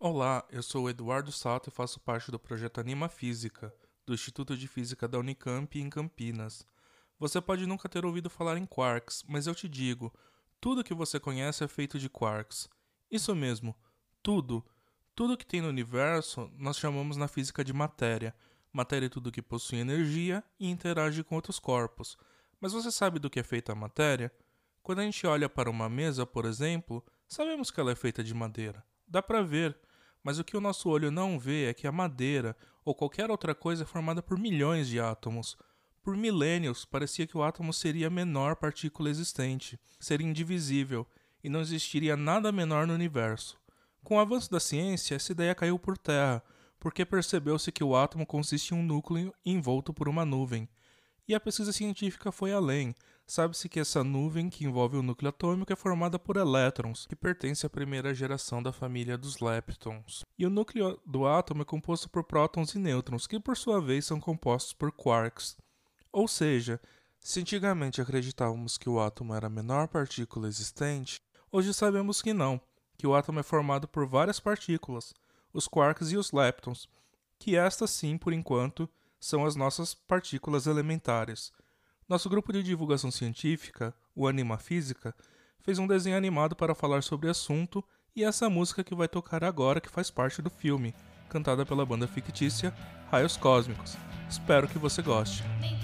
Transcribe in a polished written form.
Olá, eu sou o Eduardo Sato e faço parte do projeto Anima Física, do Instituto de Física da Unicamp em Campinas. Você pode nunca ter ouvido falar em quarks, mas eu te digo, tudo que você conhece é feito de quarks. Isso mesmo, tudo. Tudo que tem no universo nós chamamos na física de matéria. Matéria é tudo que possui energia e interage com outros corpos. Mas você sabe do que é feita a matéria? Quando a gente olha para uma mesa, por exemplo, sabemos que ela é feita de madeira. Dá para ver. Mas o que o nosso olho não vê é que a madeira ou qualquer outra coisa é formada por milhões de átomos. Por milênios, parecia que o átomo seria a menor partícula existente, seria indivisível e não existiria nada menor no universo. Com o avanço da ciência, essa ideia caiu por terra, porque percebeu-se que o átomo consiste em um núcleo envolto por uma nuvem. E a pesquisa científica foi além. Sabe-se que essa nuvem que envolve o núcleo atômico é formada por elétrons, que pertence à primeira geração da família dos leptons. E o núcleo do átomo é composto por prótons e nêutrons, que por sua vez são compostos por quarks. Ou seja, se antigamente acreditávamos que o átomo era a menor partícula existente, hoje sabemos que não, que o átomo é formado por várias partículas, os quarks e os leptons, que estas sim, por enquanto, são as nossas partículas elementares. Nosso grupo de divulgação científica, o Anima Física, fez um desenho animado para falar sobre o assunto e essa música que vai tocar agora que faz parte do filme, cantada pela banda fictícia Raios Cósmicos. Espero que você goste.